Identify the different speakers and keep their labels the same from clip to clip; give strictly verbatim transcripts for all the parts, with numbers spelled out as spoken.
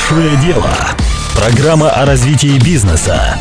Speaker 1: Большое дело. Программа о развитии бизнеса.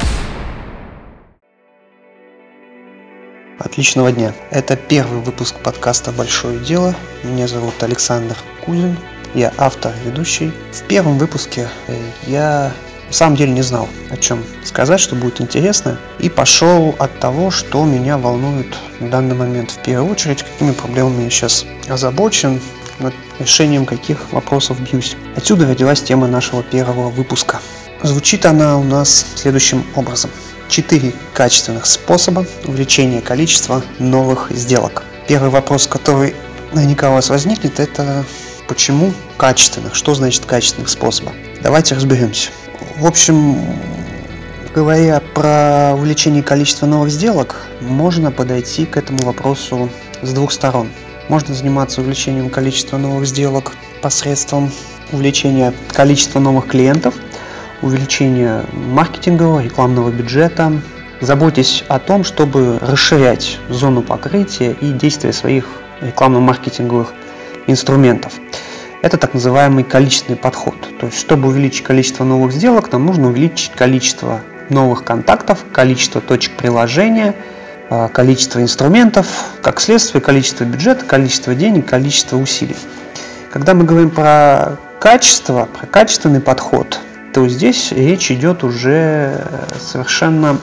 Speaker 2: Отличного дня. Это первый выпуск подкаста «Большое дело». Меня зовут Александр Кузин. Я автор и ведущий. В первом выпуске я на самом деле не знал, о чем сказать, что будет интересно. И пошел от того, что меня волнует в данный момент в первую очередь, какими проблемами я сейчас озабочен, над решением каких вопросов бьюсь. Отсюда родилась тема нашего первого выпуска. Звучит она у нас следующим образом. Четыре качественных способа увеличения количества новых сделок. Первый вопрос, который наверняка у вас возникнет, это почему качественных? Что значит качественных способов? Давайте разберемся. В общем, говоря про увеличение количества новых сделок, можно подойти к этому вопросу с двух сторон. Можно заниматься увеличением количества новых сделок посредством увеличения количества новых клиентов, увеличения маркетингового, рекламного бюджета. Заботьтесь о том, чтобы расширять зону покрытия и действия своих рекламно-маркетинговых инструментов. Это так называемый количественный подход. То есть, чтобы увеличить количество новых сделок, нам нужно увеличить количество новых контактов, количество точек приложения, количество инструментов, как следствие, количество бюджета, количество денег, количество усилий. Когда мы говорим про качество, про качественный подход, то здесь речь идет уже совершенно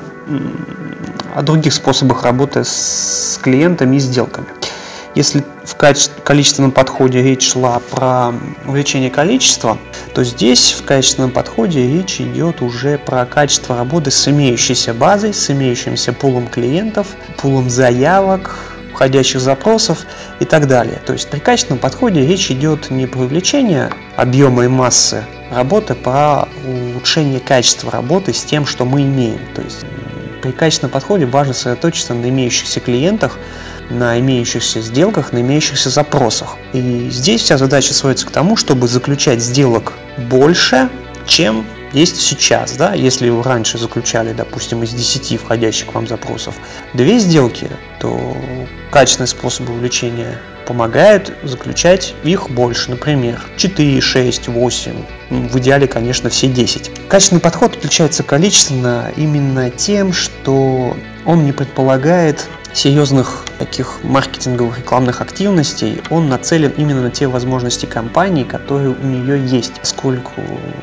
Speaker 2: о других способах работы с клиентами и сделками. Если в количественном подходе речь шла про увеличение количества, то здесь в качественном подходе речь идет уже про качество работы с имеющейся базой, с имеющимся пулом клиентов, пулом заявок, входящих запросов и так далее. То есть при качественном подходе речь идет не про увеличение объема и массы работы, про улучшение качества работы с тем, что мы имеем. То есть при качественном подходе важно сосредоточиться на имеющихся клиентах, на имеющихся сделках, на имеющихся запросах. И здесь вся задача сводится к тому, чтобы заключать сделок больше, чем есть сейчас. Да? Если вы раньше заключали, допустим, из десяти входящих к вам запросов две сделки, то качественные способы увеличения помогают заключать их больше. Например, четыре, шесть, восемь. В идеале, конечно, все десять. Качественный подход отличается количественно именно тем, что он не предполагает серьезных таких маркетинговых рекламных активностей, он нацелен именно на те возможности компании, которые у нее есть. Поскольку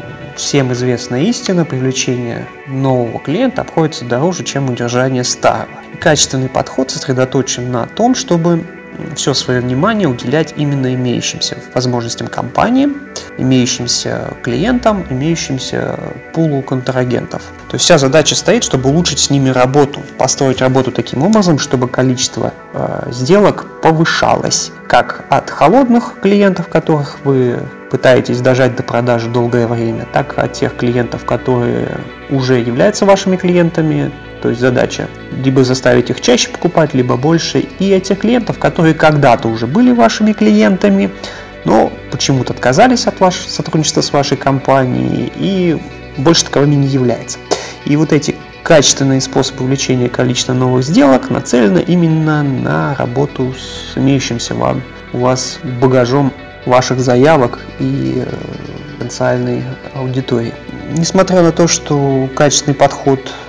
Speaker 2: всем известна истина, привлечение нового клиента обходится дороже, чем удержание старого. И качественный подход сосредоточен на том, чтобы все свое внимание уделять именно имеющимся возможностям компании, имеющимся клиентам, имеющимся пулу контрагентов. То есть вся задача стоит, чтобы улучшить с ними работу, построить работу таким образом, чтобы количество э, сделок повышалось, как от холодных клиентов, которых вы пытаетесь дожать до продажи долгое время, так и от тех клиентов, которые уже являются вашими клиентами. То есть задача либо заставить их чаще покупать, либо больше, и от тех клиентов, которые когда-то уже были вашими клиентами, но почему-то отказались от вашего сотрудничества с вашей компанией и больше таковыми не являются. И вот эти качественные способы увеличения количества новых сделок нацелены именно на работу с имеющимся вам, у вас багажом ваших заявок и потенциальной аудитории. Несмотря на то, что качественный подход –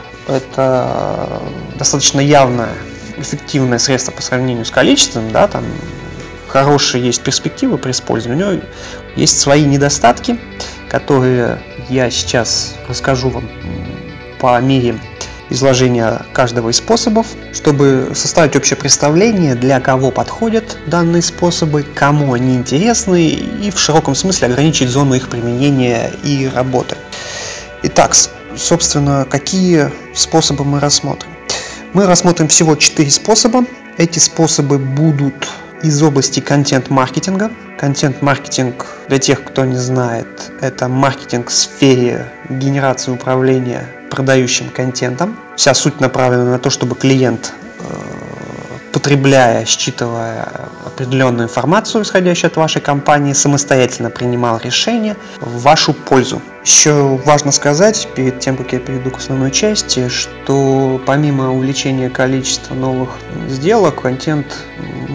Speaker 2: это достаточно явное, эффективное средство по сравнению с количеством, да, там хорошие есть перспективы при использовании, у него есть свои недостатки, которые я сейчас расскажу вам по мере изложения каждого из способов, чтобы составить общее представление, для кого подходят данные способы, кому они интересны и в широком смысле ограничить зону их применения и работы. Итак, собственно, какие способы мы рассмотрим? Мы рассмотрим всего четыре способа. Эти способы будут из области контент-маркетинга. Контент-маркетинг, для тех, кто не знает, это маркетинг в сфере генерации управления продающим контентом. Вся суть направлена на то, чтобы клиент, потребляя, считывая определенную информацию, исходящую от вашей компании, самостоятельно принимал решение в вашу пользу. Еще важно сказать, перед тем, как я перейду к основной части, что помимо увеличения количества новых сделок, контент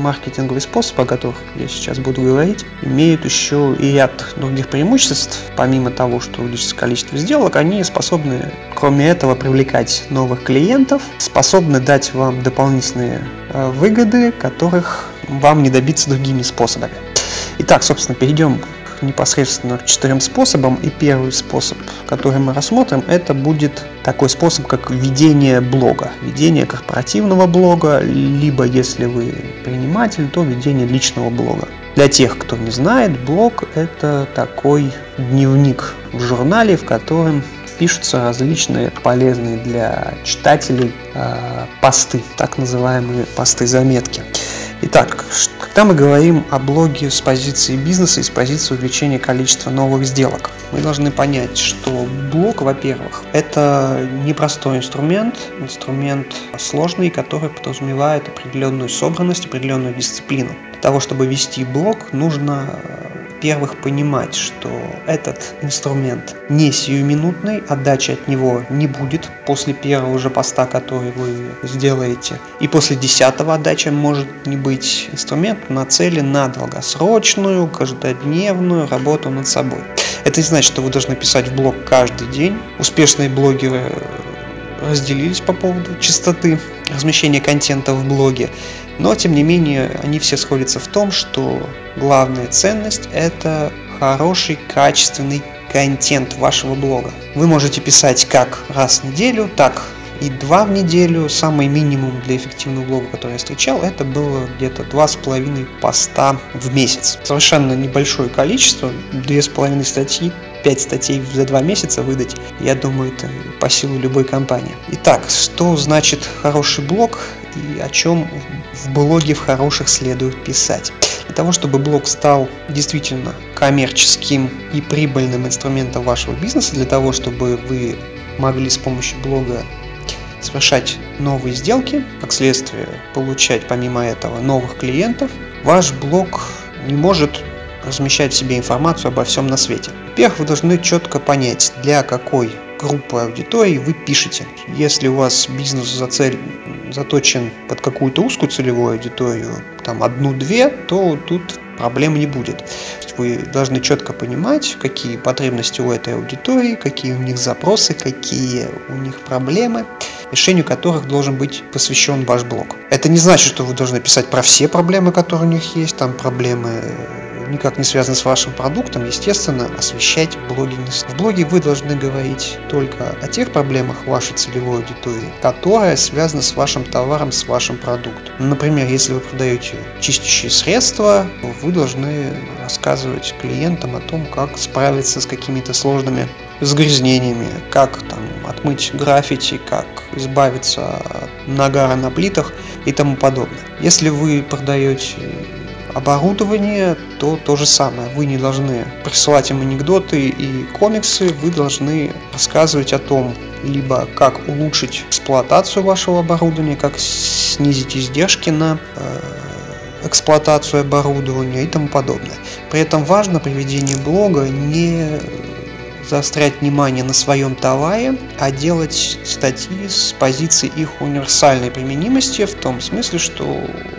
Speaker 2: маркетинговые способы, о которых я сейчас буду говорить, имеют еще и ряд других преимуществ. Помимо того, что увеличится количество сделок, они способны, кроме этого, привлекать новых клиентов, способны дать вам дополнительные выгоды, которых вам не добиться другими способами. Итак, собственно, перейдем непосредственно к четырем способам. И первый способ, который мы рассмотрим, это будет такой способ, как ведение блога. Ведение корпоративного блога, либо, если вы предприниматель, то ведение личного блога. Для тех, кто не знает, блог – это такой дневник в журнале, в котором пишутся различные полезные для читателей э, посты, так называемые посты-заметки. Итак, когда мы говорим о блоге с позиции бизнеса и с позиции увеличения количества новых сделок, мы должны понять, что блог, во-первых, это непростой инструмент, инструмент сложный, который подразумевает определенную собранность, определенную дисциплину. Для того, чтобы вести блог, нужно, во-первых, понимать, что этот инструмент не сиюминутный, отдачи от него не будет после первого же поста, который вы сделаете. И после десятого отдачи может не быть. Инструмент нацелен на долгосрочную, каждодневную работу над собой. Это не значит, что вы должны писать в блог каждый день. Успешные блогеры разделились по поводу частоты размещения контента в блоге. Но, тем не менее, они все сходятся в том, что главная ценность – это хороший, качественный контент вашего блога. Вы можете писать как раз в неделю, так и два в неделю. Самый минимум для эффективного блога, который я встречал, это было где-то два с половиной поста в месяц. Совершенно небольшое количество, две с половиной статьи, пять статей за два месяца выдать, я думаю, это по силу любой компании. Итак, что значит хороший блог и о чем в блоге в хороших следует писать? Для того, чтобы блог стал действительно коммерческим и прибыльным инструментом вашего бизнеса, для того, чтобы вы могли с помощью блога совершать новые сделки, как следствие получать помимо этого новых клиентов, ваш блог не может размещать в себе информацию обо всем на свете. Во-первых, вы должны четко понять, для какой группы аудитории вы пишете. Если у вас бизнес за цель заточен под какую-то узкую целевую аудиторию, там одну-две, то тут проблем не будет. Вы должны четко понимать, какие потребности у этой аудитории, какие у них запросы, какие у них проблемы, решению которых должен быть посвящен ваш блог. Это не значит, что вы должны писать про все проблемы, которые у них есть, там проблемы никак не связаны с вашим продуктом, естественно, освещать в блоге не стоит. В блоге вы должны говорить только о тех проблемах вашей целевой аудитории, которая связана с вашим товаром, с вашим продуктом. Например, если вы продаете чистящие средства, вы должны рассказывать клиентам о том, как справиться с какими-то сложными загрязнениями, как там отмыть граффити, как избавиться от нагара на плитах и тому подобное. Если вы продаете оборудование, то то же самое. Вы не должны присылать им анекдоты и комиксы, вы должны рассказывать о том, либо как улучшить эксплуатацию вашего оборудования, как снизить издержки на э, эксплуатацию оборудования и тому подобное. При этом важно при ведении блога не заострять внимание на своем товаре, а делать статьи с позиции их универсальной применимости, в том смысле, что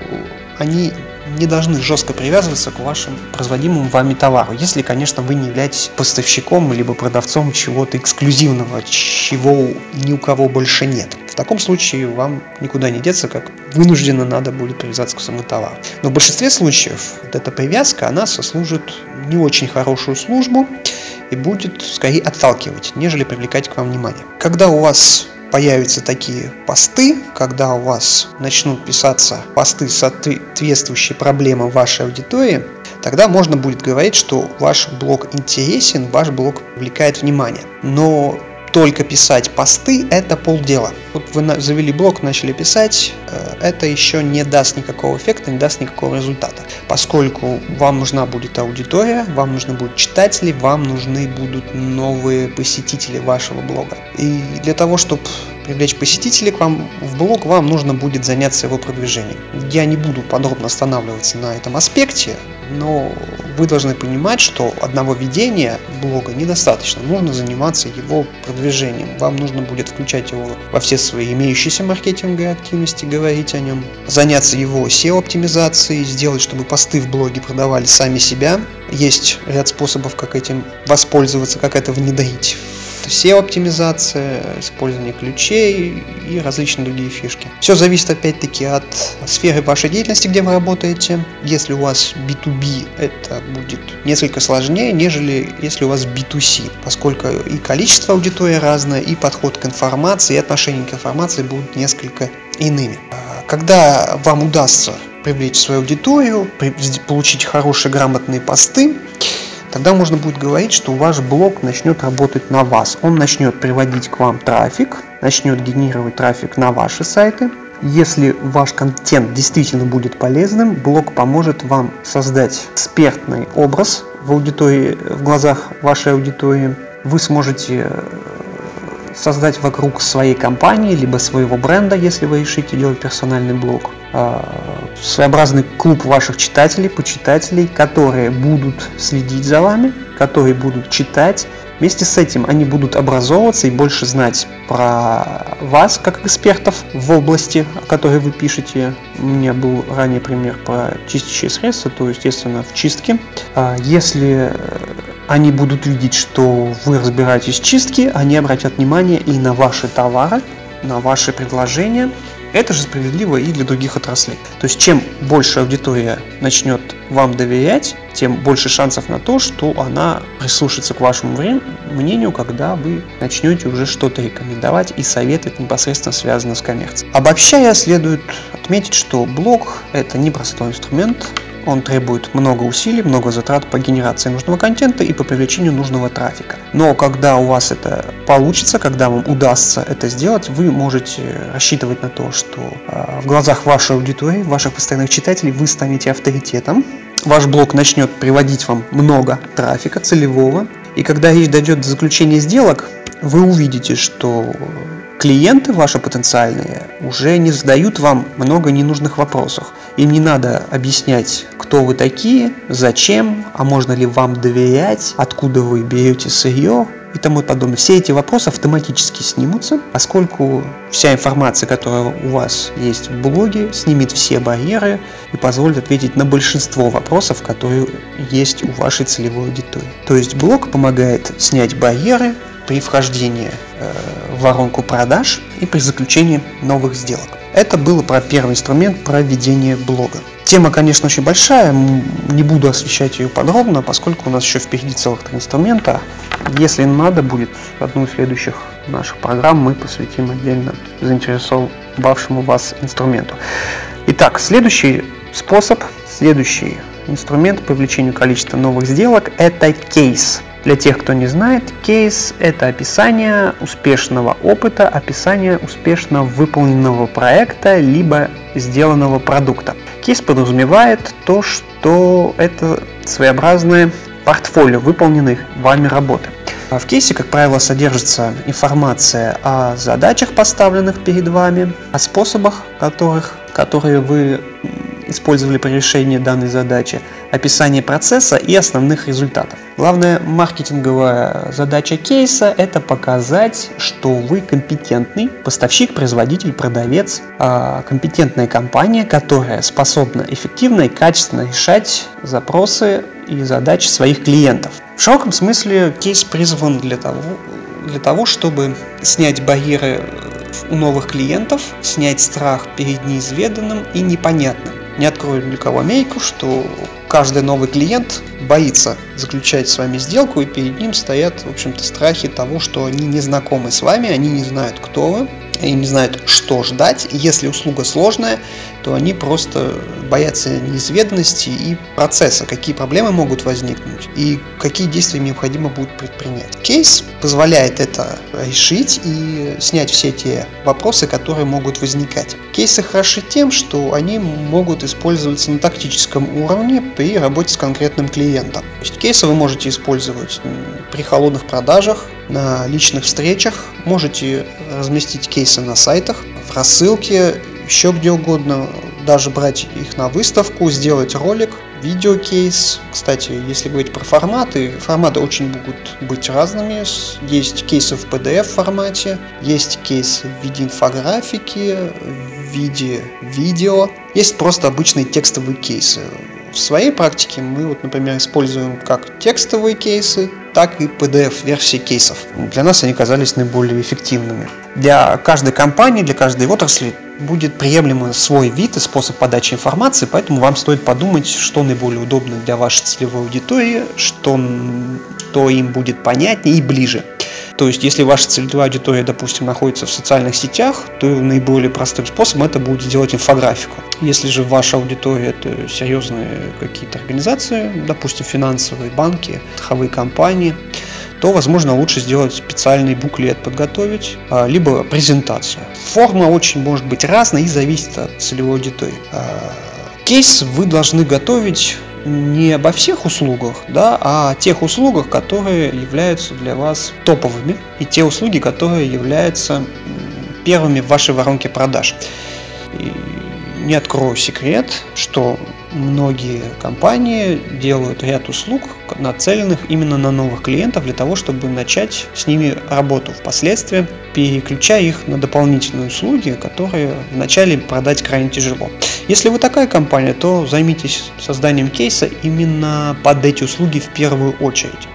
Speaker 2: они не должны жестко привязываться к вашему производимому вами товару, если, конечно, вы не являетесь поставщиком либо продавцом чего-то эксклюзивного, чего ни у кого больше нет. В таком случае вам никуда не деться, как вынужденно надо будет привязаться к своему товару. Но в большинстве случаев вот эта привязка, она сослужит не очень хорошую службу и будет скорее отталкивать, нежели привлекать к вам внимание. Когда у вас появятся такие посты, когда у вас начнут писаться посты, соответствующие проблемам вашей аудитории, тогда можно будет говорить, что ваш блог интересен, ваш блог привлекает внимание. Но только писать посты – это полдела. Вот вы завели блог, начали писать, это еще не даст никакого эффекта, не даст никакого результата. Поскольку вам нужна будет аудитория, вам нужны будут читатели, вам нужны будут новые посетители вашего блога. И для того, чтобы привлечь посетителей к вам в блог, вам нужно будет заняться его продвижением. Я не буду подробно останавливаться на этом аспекте. Но вы должны понимать, что одного ведения блога недостаточно. Нужно заниматься его продвижением. Вам нужно будет включать его во все свои имеющиеся маркетинговые активности, говорить о нем, заняться его сео-оптимизацией, сделать, чтобы посты в блоге продавали сами себя. Есть ряд способов, как этим воспользоваться, как это внедрить. сео-оптимизация, использование ключей и различные другие фишки. Все зависит опять-таки от сферы вашей деятельности, где вы работаете. Если у вас би ту би, это будет несколько сложнее, нежели если у вас би ту си, поскольку и количество аудитории разное, и подход к информации, и отношение к информации будут несколько иными. Когда вам удастся привлечь свою аудиторию, получить хорошие грамотные посты, тогда можно будет говорить, что ваш блог начнет работать на вас. Он начнет приводить к вам трафик, начнет генерировать трафик на ваши сайты. Если ваш контент действительно будет полезным, блог поможет вам создать экспертный образ в аудитории, в глазах вашей аудитории. Вы сможете создать вокруг своей компании, либо своего бренда, если вы решите делать персональный блог, своеобразный клуб ваших читателей, почитателей, которые будут следить за вами, которые будут читать. Вместе с этим они будут образовываться и больше знать про вас, как экспертов в области, о которой вы пишете. У меня был ранее пример про чистящие средства, то, естественно, в чистке. Если они будут видеть, что вы разбираетесь в чистке, они обратят внимание и на ваши товары, на ваши предложения. Это же справедливо и для других отраслей. То есть, чем больше аудитория начнет вам доверять, тем больше шансов на то, что она прислушается к вашему мнению, когда вы начнете уже что-то рекомендовать и советовать непосредственно связано с коммерцией. Обобщая, следует отметить, что блог – это непростой инструмент. Он требует много усилий, много затрат по генерации нужного контента и по привлечению нужного трафика. Но когда у вас это получится, когда вам удастся это сделать, вы можете рассчитывать на то, что в глазах вашей аудитории, ваших постоянных читателей вы станете авторитетом. Ваш блог начнет приводить вам много трафика целевого. И когда речь дойдет до заключения сделок, вы увидите, что клиенты ваши потенциальные уже не задают вам много ненужных вопросов. Им не надо объяснять, кто вы такие, зачем, а можно ли вам доверять, откуда вы берете сырье и тому подобное. Все эти вопросы автоматически снимутся, поскольку вся информация, которая у вас есть в блоге, снимет все барьеры и позволит ответить на большинство вопросов, которые есть у вашей целевой аудитории. То есть блог помогает снять барьеры при вхождении э, в воронку продаж и при заключении новых сделок. Это было про первый инструмент, про ведение блога. Тема, конечно, очень большая, не буду освещать ее подробно, поскольку у нас еще впереди целых три инструмента. Если надо будет, одну из следующих наших программ мы посвятим отдельно заинтересовавшему вас инструменту. Итак, следующий способ, следующий инструмент по привлечению количества новых сделок – это кейс. Для тех, кто не знает, кейс – это описание успешного опыта, описание успешно выполненного проекта, либо сделанного продукта. Кейс подразумевает то, что это своеобразное портфолио выполненной вами работы. В кейсе, как правило, содержится информация о задачах, поставленных перед вами, о способах, которых, которые вы использовали при решении данной задачи, описание процесса и основных результатов. Главная маркетинговая задача кейса – это показать, что вы компетентный поставщик, производитель, продавец, компетентная компания, которая способна эффективно и качественно решать запросы и задачи своих клиентов. В широком смысле кейс призван для того, для того, чтобы снять барьеры у новых клиентов, снять страх перед неизведанным и непонятным. Не открою для кого Америку, что каждый новый клиент боится заключать с вами сделку, и перед ним стоят, в общем-то, страхи того, что они не знакомы с вами, они не знают, кто вы, и не знают, что ждать. И если услуга сложная, то они просто боятся неизведанности и процесса, какие проблемы могут возникнуть и какие действия необходимо будет предпринять. Кейс позволяет это решить и снять все те вопросы, которые могут возникать. Кейсы хороши тем, что они могут использоваться на тактическом уровне при работе с конкретным клиентом. То есть кейсы вы можете использовать при холодных продажах, на личных встречах, можете разместить кейсы на сайтах, в рассылке, еще где угодно, даже брать их на выставку, сделать ролик видеокейс. Кстати, если говорить про форматы, форматы очень могут быть разными. Есть кейсы в пи ди эф формате, есть кейсы в виде инфографики, в виде видео, есть просто обычные текстовые кейсы. В своей практике мы, вот, например, используем как текстовые кейсы, так и пи ди эф-версии кейсов. Для нас они казались наиболее эффективными. Для каждой компании, для каждой отрасли будет приемлемый свой вид и способ подачи информации, поэтому вам стоит подумать, что наиболее удобно для вашей целевой аудитории, что, что им будет понятнее и ближе. То есть, если ваша целевая аудитория, допустим, находится в социальных сетях, то наиболее простым способом это будет сделать инфографику. Если же ваша аудитория – это серьезные какие-то организации, допустим, финансовые банки, страховые компании, то, возможно, лучше сделать специальный буклет, подготовить, либо презентацию. Форма очень может быть разной и зависит от целевой аудитории. Кейс вы должны готовить не обо всех услугах, да, а о тех услугах, которые являются для вас топовыми, и те услуги, которые являются первыми в вашей воронке продаж. И не открою секрет, что многие компании делают ряд услуг, нацеленных именно на новых клиентов, для того, чтобы начать с ними работу впоследствии, переключая их на дополнительные услуги, которые вначале продать крайне тяжело. Если вы такая компания, то займитесь созданием кейса именно под эти услуги в первую очередь.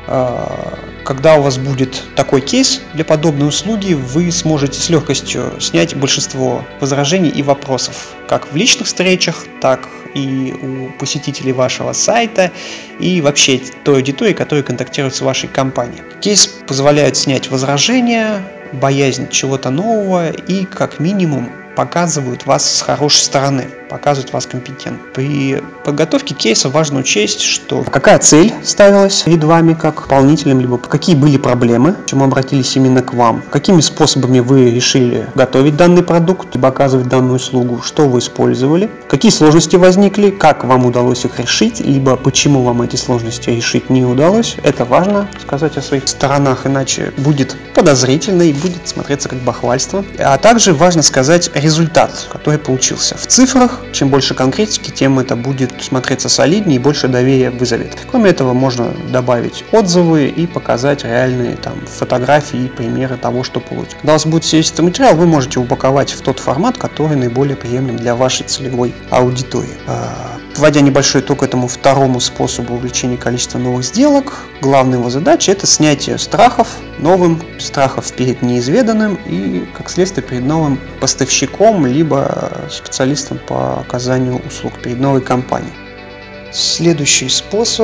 Speaker 2: Когда у вас будет такой кейс для подобной услуги, вы сможете с легкостью снять большинство возражений и вопросов, как в личных встречах, так и у посетителей вашего сайта и вообще той аудитории, которая контактирует с вашей компанией. Кейс позволяет снять возражения, боязнь чего-то нового и как минимум показывают вас с хорошей стороны, показывают вас компетентно. При подготовке кейса важно учесть, что какая цель ставилась перед вами как исполнителем, либо какие были проблемы, к чему обратились именно к вам, какими способами вы решили готовить данный продукт, либо оказывать данную услугу, что вы использовали, какие сложности возникли, как вам удалось их решить, либо почему вам эти сложности решить не удалось. Это важно сказать о своих сторонах, иначе будет подозрительно и будет смотреться как бахвальство. А также важно сказать результат, который получился в цифрах. Чем больше конкретики, тем это будет смотреться солиднее и больше доверия вызовет. Кроме этого, можно добавить отзывы и показать реальные там фотографии и примеры того, что получится. Когда у вас будет весь этот материал, вы можете упаковать в тот формат, который наиболее приемлем для вашей целевой аудитории. Вводя небольшой итог этому второму способу увеличения количества новых сделок, главная его задача – это снятие страхов новым, страхов перед неизведанным и, как следствие, перед новым поставщиком, либо специалистом по оказанию услуг, перед новой компанией. Следующий способ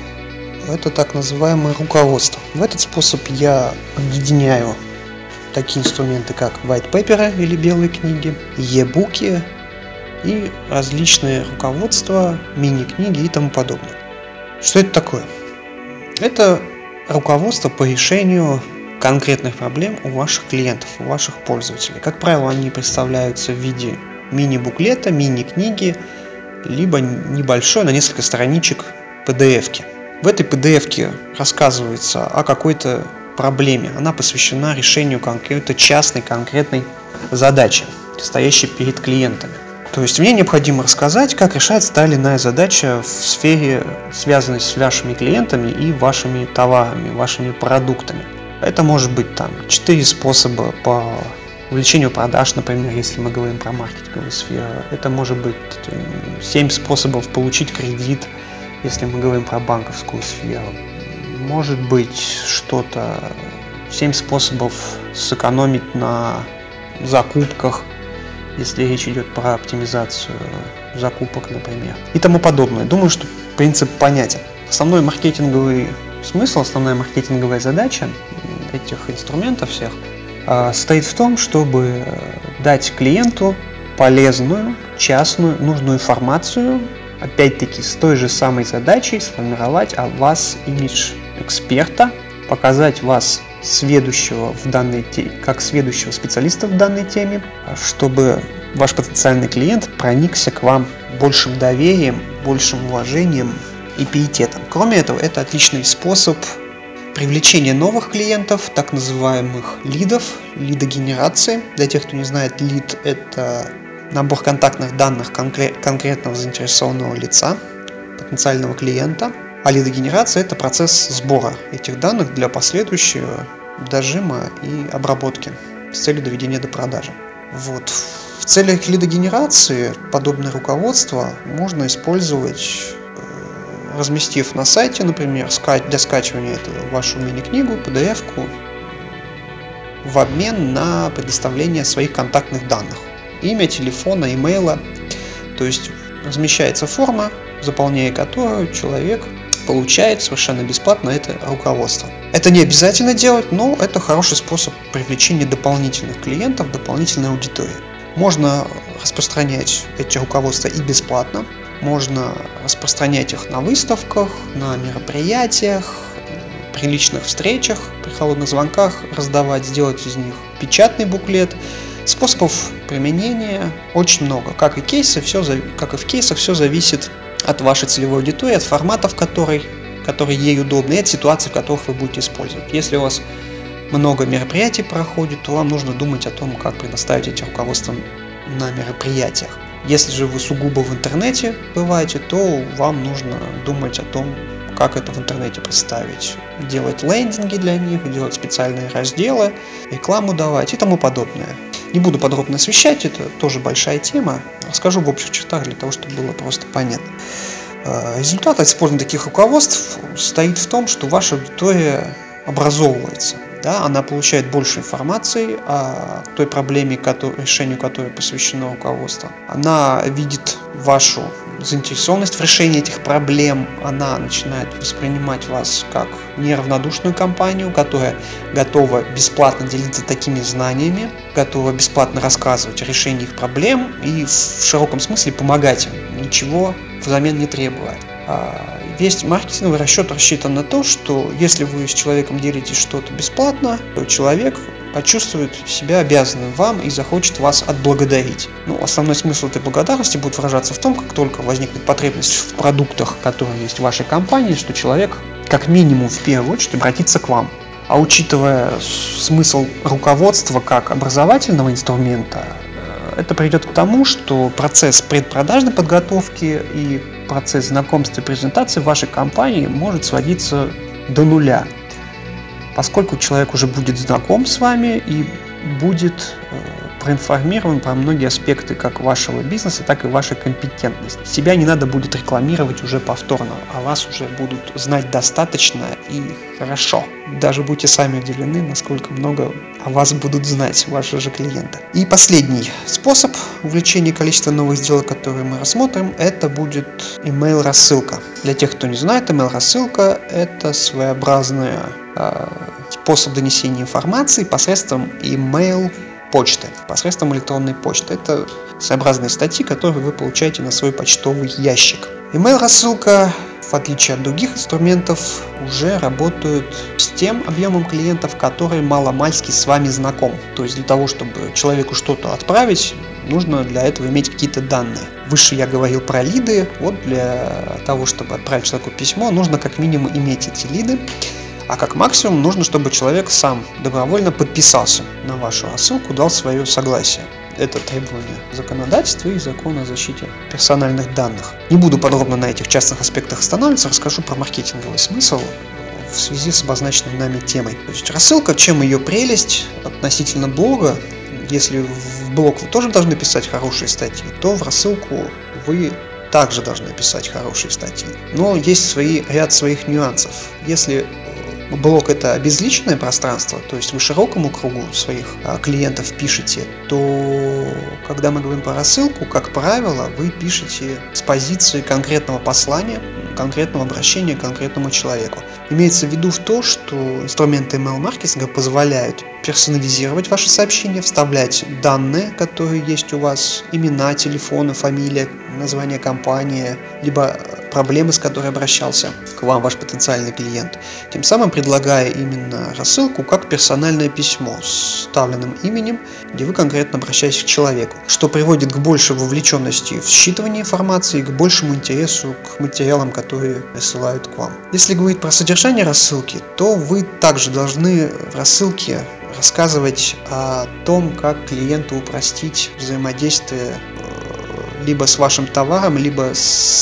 Speaker 2: – это так называемое руководство. В этот способ я объединяю такие инструменты, как white paper или белые книги, e-буки, и различные руководства, мини-книги и тому подобное. Что это такое? Это руководство по решению конкретных проблем у ваших клиентов, у ваших пользователей. Как правило, они представляются в виде мини-буклета, мини-книги, либо небольшой на несколько страничек пи ди эф-ки. В этой пи ди эф-ке рассказывается о какой-то проблеме. Она посвящена решению какой-то частной, конкретной задачи, стоящей перед клиентами. То есть мне необходимо рассказать, как решается та или иная задача в сфере, связанной с вашими клиентами и вашими товарами, вашими продуктами. Это может быть там четыре способа по увеличению продаж, например, если мы говорим про маркетинговую сферу. Это может быть семь способов получить кредит, если мы говорим про банковскую сферу. Может быть что-то, семь способов сэкономить на закупках, если речь идет про оптимизацию закупок, например, и тому подобное. Думаю, что принцип понятен. Основной маркетинговый смысл, основная маркетинговая задача этих инструментов всех состоит в том, чтобы дать клиенту полезную, частную, нужную информацию, опять-таки с той же самой задачей сформировать о вас имидж эксперта, показать вас сведущего в данной теме, как сведущего специалиста в данной теме, чтобы ваш потенциальный клиент проникся к вам большим доверием, большим уважением и пиететом. Кроме этого, это отличный способ привлечения новых клиентов, так называемых лидов, лидогенерации. Для тех, кто не знает, лид – это набор контактных данных конкре- конкретного заинтересованного лица, так потенциального клиента, а лидогенерация – это процесс сбора этих данных для последующего дожима и обработки с целью доведения до продажи. Вот. В целях лидогенерации подобное руководство можно использовать, разместив на сайте, например, для скачивания этого вашу мини-книгу, пи ди эф-ку, в обмен на предоставление своих контактных данных. Имя, телефона, имейла. То есть размещается форма, заполняя которую человек получает совершенно бесплатно это руководство. Это не обязательно делать, но это хороший способ привлечения дополнительных клиентов, дополнительной аудитории. Можно распространять эти руководства и бесплатно, можно распространять их на выставках, на мероприятиях, при личных встречах, при холодных звонках раздавать, сделать из них печатный буклет. Способов применения очень много. Как и кейсы, все, как и в кейсах, все зависит от вашей целевой аудитории, от форматов, которые, которые ей удобны, и от ситуаций, в которых вы будете использовать. Если у вас много мероприятий проходит, то вам нужно думать о том, как предоставить эти руководства на мероприятиях. Если же вы сугубо в интернете бываете, то вам нужно думать о том, как это в интернете представить, делать лендинги для них, делать специальные разделы, рекламу давать и тому подобное. Не буду подробно освещать, это тоже большая тема, расскажу в общих чертах для того, чтобы было просто понятно. Результат от использования таких руководств состоит в том, что ваша аудитория образовывается. Да, она получает больше информации о той проблеме, который, решению которой посвящено руководство. Она видит вашу заинтересованность в решении этих проблем. Она начинает воспринимать вас как неравнодушную компанию, которая готова бесплатно делиться такими знаниями, готова бесплатно рассказывать о решении их проблем и в широком смысле помогать им, ничего взамен не требуя. Весь маркетинговый расчет рассчитан на то, что если вы с человеком делитесь что-то бесплатно, то человек почувствует себя обязанным вам и захочет вас отблагодарить. Ну, основной смысл этой благодарности будет выражаться в том, как только возникнет потребность в продуктах, которые есть в вашей компании, что человек как минимум в первую очередь обратится к вам. А учитывая смысл руководства как образовательного инструмента, это приведет к тому, что процесс предпродажной подготовки и процесс знакомства и презентации в вашей компании может сводиться до нуля, поскольку человек уже будет знаком с вами и будет проинформирован про многие аспекты как вашего бизнеса, так и вашей компетентности. Себя не надо будет рекламировать уже повторно, а вас уже будут знать достаточно и хорошо. Даже будьте сами удивлены, насколько много о вас будут знать ваши же клиенты. И последний способ увеличения количества новых сделок, которые мы рассмотрим, это будет email-рассылка. Для тех, кто не знает, email-рассылка – это своеобразный э, способ донесения информации посредством email почты, посредством электронной почты. Это своеобразные статьи, которые вы получаете на свой почтовый ящик. Email-рассылка, в отличие от других инструментов, уже работает с тем объемом клиентов, который маломальски с вами знаком. То есть для того, чтобы человеку что-то отправить, нужно для этого иметь какие-то данные. Выше я говорил про лиды. Вот для того, чтобы отправить человеку письмо, нужно как минимум иметь эти лиды. А как максимум нужно, чтобы человек сам добровольно подписался на вашу рассылку, дал свое согласие. Это требование законодательства и закона о защите персональных данных. Не буду подробно на этих частных аспектах останавливаться, расскажу про маркетинговый смысл в связи с обозначенной нами темой. То есть рассылка, чем ее прелесть относительно блога, если в блог вы тоже должны писать хорошие статьи, то в рассылку вы также должны писать хорошие статьи. Но есть свои, ряд своих нюансов. Если блог — это обезличенное пространство, то есть вы широкому кругу своих клиентов пишете, то когда мы говорим про рассылку, как правило, вы пишете с позиции конкретного послания, конкретного обращения к конкретному человеку. Имеется в виду в то, что инструменты email-маркетинга позволяют персонализировать ваши сообщения, вставлять данные, которые есть у вас, имена, телефоны, фамилия, название компании, либо проблемы, с которой обращался к вам ваш потенциальный клиент, тем самым предлагая именно рассылку как персональное письмо с вставленным именем, где вы конкретно обращаетесь к человеку, что приводит к большей вовлеченности в считывание информации и к большему интересу к материалам, которые присылают к вам. Если говорить про содержание рассылки, то вы также должны в рассылке рассказывать о том, как клиенту упростить взаимодействие либо с вашим товаром, либо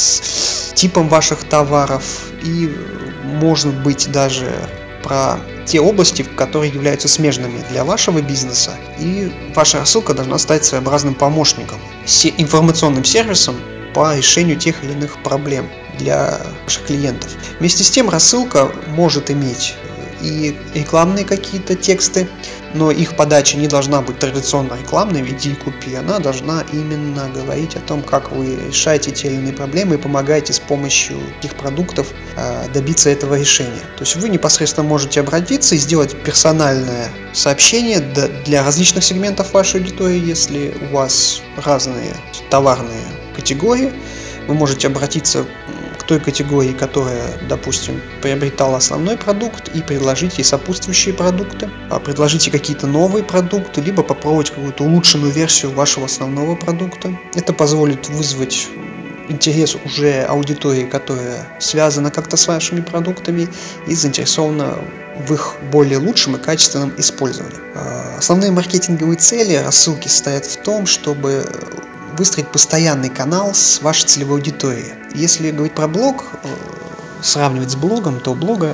Speaker 2: с типом ваших товаров, и может быть даже про те области, которые являются смежными для вашего бизнеса, и ваша рассылка должна стать своеобразным помощником, информационным сервисом по решению тех или иных проблем для ваших клиентов. Вместе с тем рассылка может иметь и рекламные какие-то тексты, но их подача не должна быть традиционно рекламной в виде купи, она должна именно говорить о том, как вы решаете те или иные проблемы и помогаете с помощью этих продуктов э, добиться этого решения. То есть вы непосредственно можете обратиться и сделать персональное сообщение для различных сегментов вашей аудитории, если у вас разные товарные категории. Вы можете обратиться к той категории, которая, допустим, приобретала основной продукт, и предложить ей сопутствующие продукты, предложить ей какие-то новые продукты, либо попробовать какую-то улучшенную версию вашего основного продукта. Это позволит вызвать интерес уже аудитории, которая связана как-то с вашими продуктами и заинтересована в их более лучшем и качественном использовании. Основные маркетинговые цели рассылки состоят в том, чтобы выстроить постоянный канал с вашей целевой аудиторией. Если говорить про блог, сравнивать с блогом, то у блога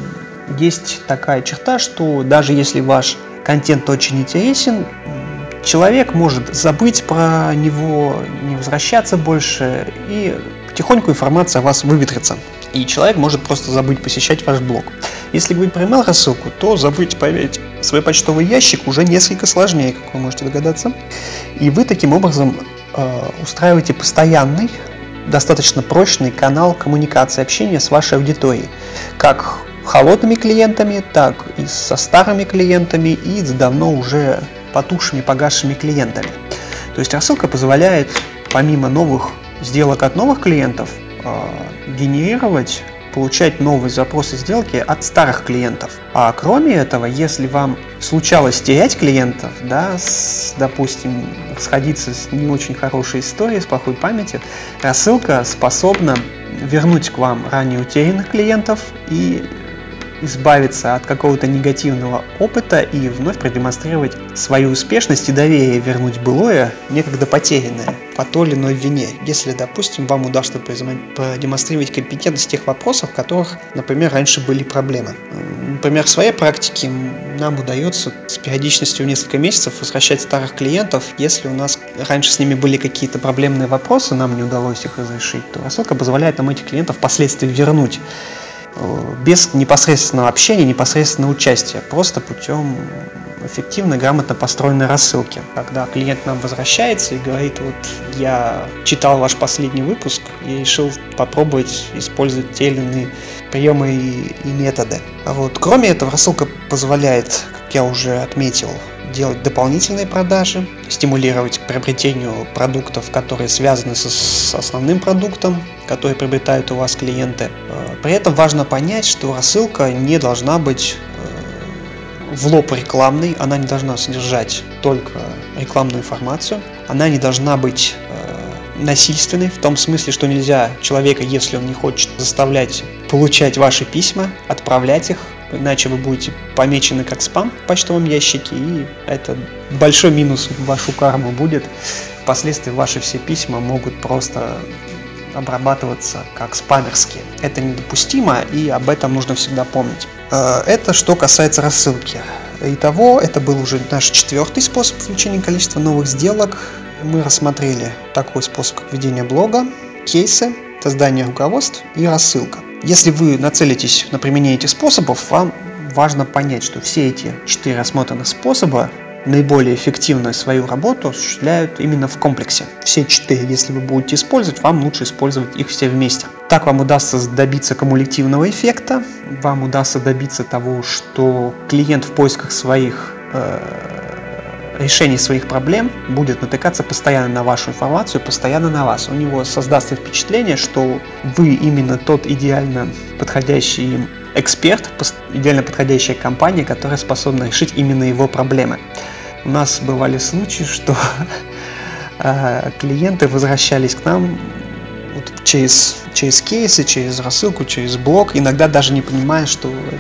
Speaker 2: есть такая черта, что даже если ваш контент очень интересен, человек может забыть про него, не возвращаться больше, и потихоньку информация о вас выветрится. И человек может просто забыть посещать ваш блог. Если говорить про email-рассылку, то забыть проверить свой почтовый ящик уже несколько сложнее, как вы можете догадаться. И вы таким образом э, устраиваете постоянный, достаточно прочный канал коммуникации, общения с вашей аудиторией. Как холодными клиентами, так и со старыми клиентами, и с давно уже потухшими, погасшими клиентами. То есть рассылка позволяет, помимо новых сделок от новых клиентов, генерировать, получать новые запросы сделки от старых клиентов. А кроме этого, если вам случалось терять клиентов, да, с, допустим, расходиться с не очень хорошей историей, с плохой памятью, рассылка способна вернуть к вам ранее утерянных клиентов и избавиться от какого-то негативного опыта и вновь продемонстрировать свою успешность и доверие, вернуть былое, некогда потерянное по той или иной вине, если, допустим, вам удастся продемонстрировать компетентность тех вопросов, в которых, например, раньше были проблемы. Например, в своей практике нам удается с периодичностью в несколько месяцев возвращать старых клиентов, если у нас раньше с ними были какие-то проблемные вопросы, нам не удалось их разрешить, то рассылка позволяет нам этих клиентов впоследствии вернуть без непосредственного общения, непосредственного участия, просто путем эффективной, грамотно построенной рассылки. Когда клиент нам возвращается и говорит: вот я читал ваш последний выпуск и решил попробовать использовать те или иные приемы и, и методы. Вот. Кроме этого, рассылка позволяет, как я уже отметил, делать дополнительные продажи, стимулировать к приобретению продуктов, которые связаны со, с основным продуктом, который приобретают у вас клиенты. При этом важно понять, что рассылка не должна быть в лоб рекламной, она не должна содержать только рекламную информацию, она не должна быть насильственной, в том смысле, что нельзя человека, если он не хочет, заставлять получать ваши письма, отправлять их, иначе вы будете помечены как спам в почтовом ящике, и это большой минус в вашу карму будет. Впоследствии ваши все письма могут просто обрабатываться как спамерские. Это недопустимо, и об этом нужно всегда помнить. Это что касается рассылки. Итого, это был уже наш четвертый способ увеличения количества новых сделок. Мы рассмотрели такой способ, как ведение блога, кейсы, создание руководств и рассылка. Если вы нацелитесь на применение этих способов, вам важно понять, что все эти четыре рассмотренных способа наиболее эффективную свою работу осуществляют именно в комплексе. Все четыре, если вы будете использовать, вам лучше использовать их все вместе. Так вам удастся добиться кумулятивного эффекта, вам удастся добиться того, что клиент в поисках своих э, решений своих проблем будет натыкаться постоянно на вашу информацию, постоянно на вас. У него создастся впечатление, что вы именно тот идеально подходящий им эксперт, идеально подходящая компания, которая способна решить именно его проблемы. У нас бывали случаи, что э, клиенты возвращались к нам вот через, через кейсы, через рассылку, через блог, иногда даже не понимая, что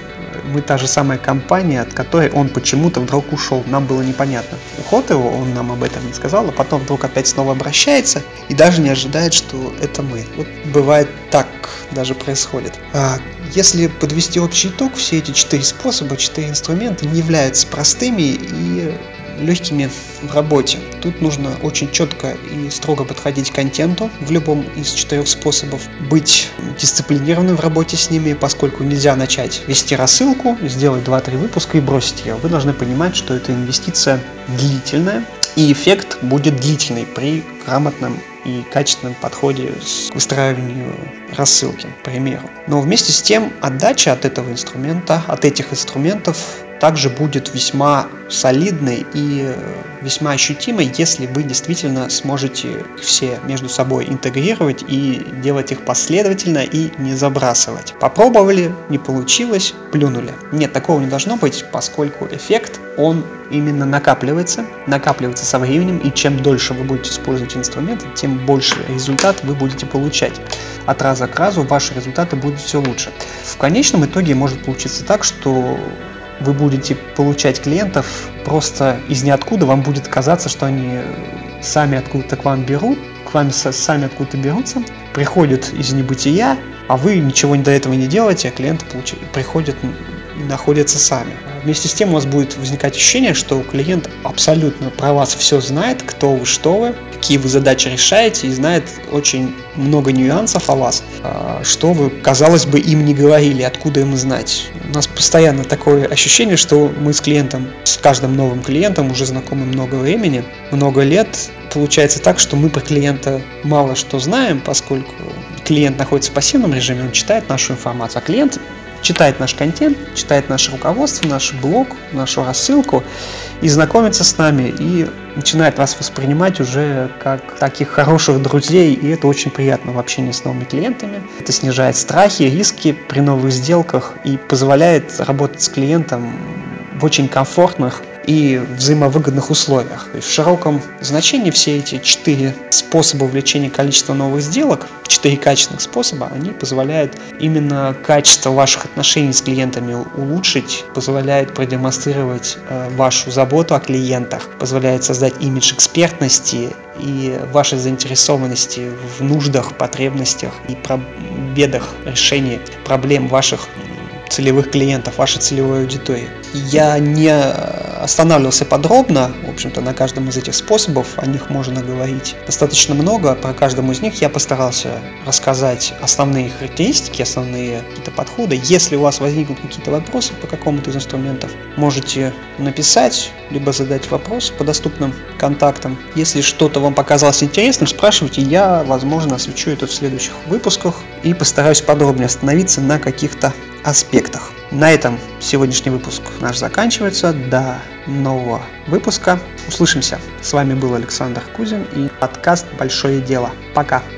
Speaker 2: мы та же самая компания, от которой он почему-то вдруг ушел. Нам было непонятно. Уход его, он нам об этом не сказал, а потом вдруг опять снова обращается и даже не ожидает, что это мы. Вот бывает так даже происходит. А если подвести общий итог, все эти четыре способа, четыре инструмента не являются простыми и легкими в работе. Тут нужно очень четко и строго подходить к контенту в любом из четырех способов, быть дисциплинированным в работе с ними, поскольку нельзя начать вести рассылку, сделать два-три выпуска и бросить ее. Вы должны понимать, что это инвестиция длительная, и эффект будет длительный при грамотном и качественном подходе к выстраиванию рассылки, к примеру. Но вместе с тем отдача от этого инструмента, от этих инструментов также будет весьма солидной и весьма ощутимой, если вы действительно сможете все между собой интегрировать и делать их последовательно и не забрасывать. Попробовали, не получилось, плюнули. Нет, такого не должно быть, поскольку эффект, он именно накапливается, накапливается со временем, и чем дольше вы будете использовать инструменты, тем больше результат вы будете получать. От раза к разу ваши результаты будут все лучше. В конечном итоге может получиться так, что вы будете получать клиентов просто из ниоткуда, вам будет казаться, что они сами откуда-то к вам берут, к вам сами откуда-то берутся, приходят из небытия, а вы ничего до этого не делаете, а клиенты получ... приходят и находятся сами. Вместе с тем у вас будет возникать ощущение, что клиент абсолютно про вас все знает, кто вы, что вы, какие вы задачи решаете, и знает очень много нюансов о вас, что вы, казалось бы, им не говорили, откуда им знать. У нас постоянно такое ощущение, что мы с клиентом, с каждым новым клиентом уже знакомы много времени, много лет. Получается так, что мы про клиента мало что знаем, поскольку клиент находится в пассивном режиме, он читает нашу информацию, а клиент читает наш контент, читает наше руководство, наш блог, нашу рассылку и знакомится с нами и начинает вас воспринимать уже как таких хороших друзей, и это очень приятно в общении с новыми клиентами. Это снижает страхи, риски при новых сделках и позволяет работать с клиентом в очень комфортных и взаимовыгодных условиях. И в широком значении все эти четыре способа увеличения количества новых сделок, четыре качественных способа, они позволяют именно качество ваших отношений с клиентами улучшить, позволяют продемонстрировать э, вашу заботу о клиентах, позволяют создать имидж экспертности и вашей заинтересованности в нуждах, потребностях и бедах, решении проблем ваших целевых клиентов, вашей целевой аудитории. Я не останавливался подробно, в общем-то, на каждом из этих способов, о них можно говорить достаточно много, про каждому из них я постарался рассказать основные характеристики, основные какие-то подходы. Если у вас возникнут какие-то вопросы по какому-то из инструментов, можете написать, либо задать вопрос по доступным контактам. Если что-то вам показалось интересным, спрашивайте, я, возможно, освещу это в следующих выпусках и постараюсь подробнее остановиться на каких-то аспектах. На этом сегодняшний выпуск наш заканчивается. До нового выпуска. Услышимся. С вами был Александр Кузин и подкаст «Большое дело». Пока.